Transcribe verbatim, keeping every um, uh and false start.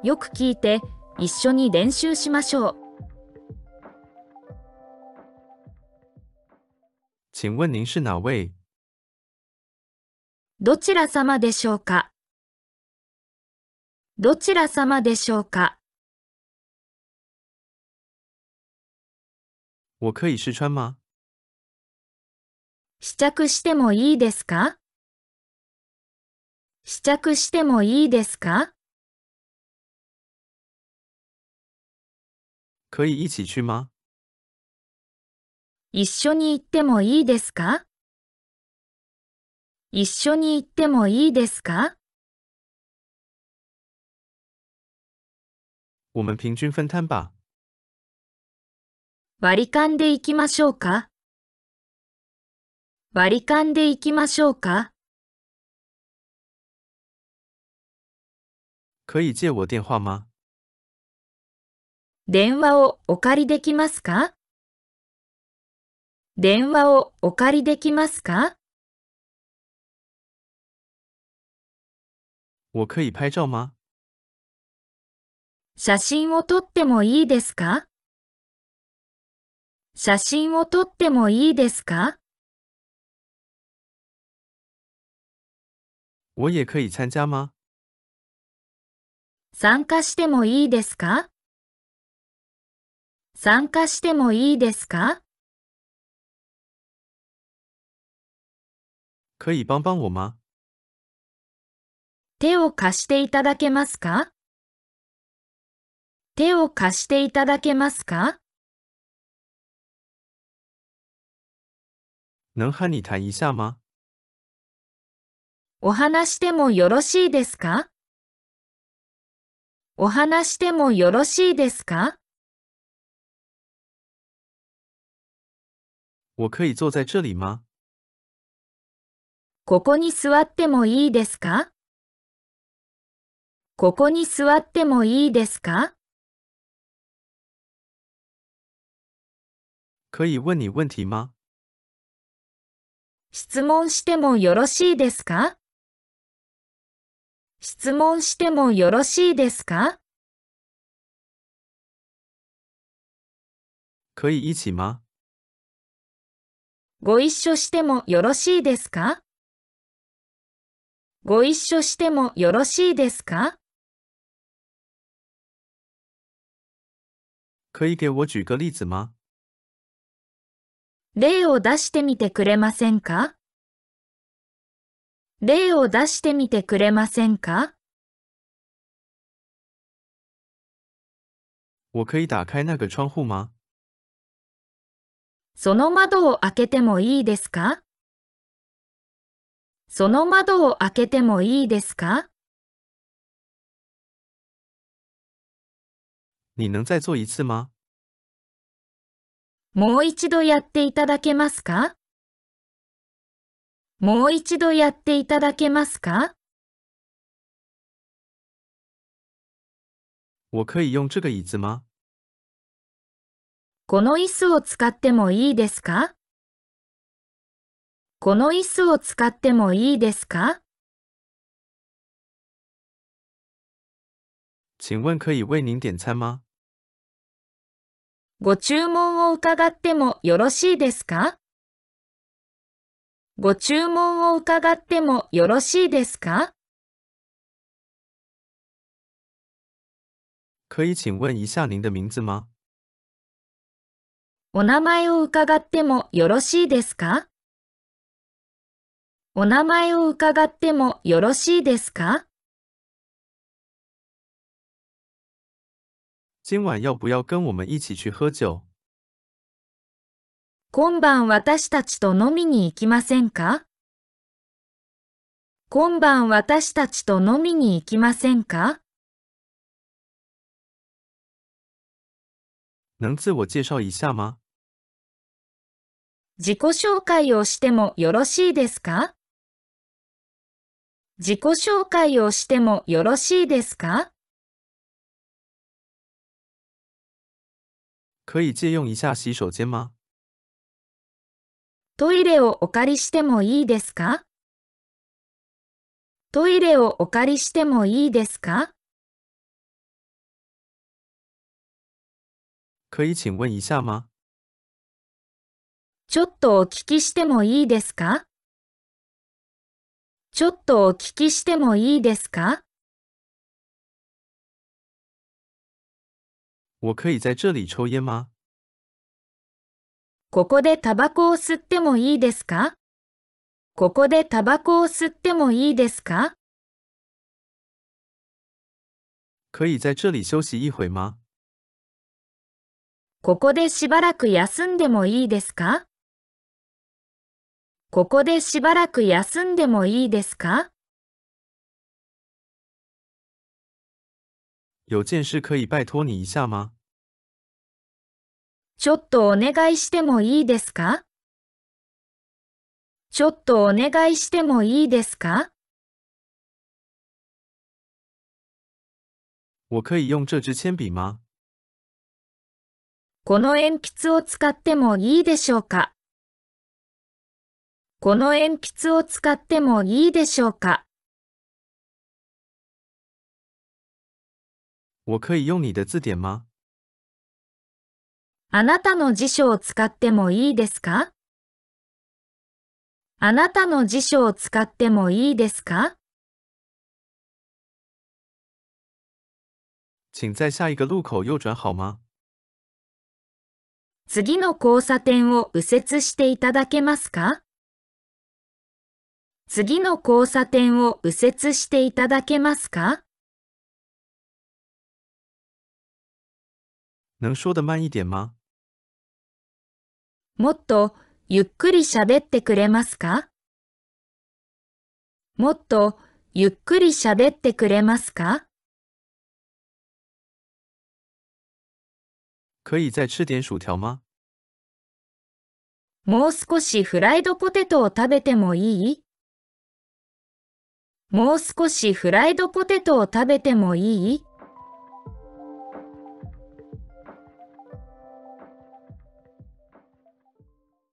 よく聞いて、一緒に練習しましょう。 请问您是哪位？ どちら様でしょうか？どちら様でしょうか？ 我可以试穿吗？ 試着してもいいですか？試着してもいいですか？ 可以一起去吗？ 一緒に行ってもいいですか？一緒に行ってもいいですか？ 我们平均分摊吧。 割り勘で行きましょうか？割り勘で行きましょうか？ 可以借我电话吗？ 電話をお借りできますか？電話をお借りできますか？ 我可以拍照吗？ 写真を撮ってもいいですか？写真を撮ってもいいですか？ 我也可以参加吗？ 参加してもいいですか？参加してもいいですか？ 可以帮帮我吗？ 手を貸していただけますか？手を貸していただけますか？ 能和你谈一下吗？ お話してもよろしいですか？お話してもよろしいですか？ 我可以坐在这里吗？ ここに座ってもいいですか？ここに座ってもいいですか？ 可以问你问题吗？ 質問してもよろしいですか？質問してもよろしいですか？ 可以一起吗？ ご一緒してもよろしいですか？ご一緒してもよろしいですか？ 可以给我举个例子吗？ 例を出してみてくれませんか？例を出してみてくれませんか？ 我可以打开那个窗户吗？ その窓を開けてもいいですか？その窓を開けてもいいですか？ 你能再做一次吗？ もう一度やっていただけますか？もう一度やっていただけますか？ 我可以用这个椅子吗？ この椅子を使ってもいいですか？この椅子を使ってもいいですか？ 请问可以为您点餐吗？ ご注文を伺ってもよろしいですか？ご注文を伺ってもよろしいですか？ 可以请问一下您的名字吗？ お名前を伺ってもよろしいですか？お名前を伺ってもよろしいですか？ 今晚要不要跟我们一起去喝酒？ 今晩私たちと飲みに行きませんか？今晩私たちと飲みに行きませんか？ 能自我介绍一下吗？ 自己紹介をしてもよろしいですか？自己紹介をしてもよろしいですか？ 可以借用一下洗手间吗？ トイレをお借りしてもいいですか？トイレをお借りしてもいいですか？ 可以请问一下吗？ ちょっとお聞きしてもいいですか？ちょっとお聞きしてもいいですか？ 我可以在这里抽烟吗？ ここでタバコを吸ってもいいですか？ここでタバコを吸ってもいいですか？ 可以在这里休息一会吗？ ここでしばらく休んでもいいですか？ここでしばらく休んでもいいですか？ 有件事可以拜托你一下吗？ ちょっとお願いしてもいいですか？ちょっとお願いしてもいいですか？ 我可以用这支铅笔吗？ この鉛筆を使ってもいいでしょうか？この鉛筆を使ってもいいでしょうか？ 我可以用你的字典吗？ あなたの辞書を使ってもいいですか？あなたの辞書を使ってもいいですか？ 请在下一个路口右转好吗？ 次の交差点を右折していただけますか？次の交差点を右折していただけますか？ 能说得慢一点吗？ もっとゆっくり喋ってくれますか？もっとゆっくり喋ってくれますか？ 可以再吃点薯条吗？ もう少しフライドポテトを食べてもいい？もう少しフライドポテトを食べてもいい？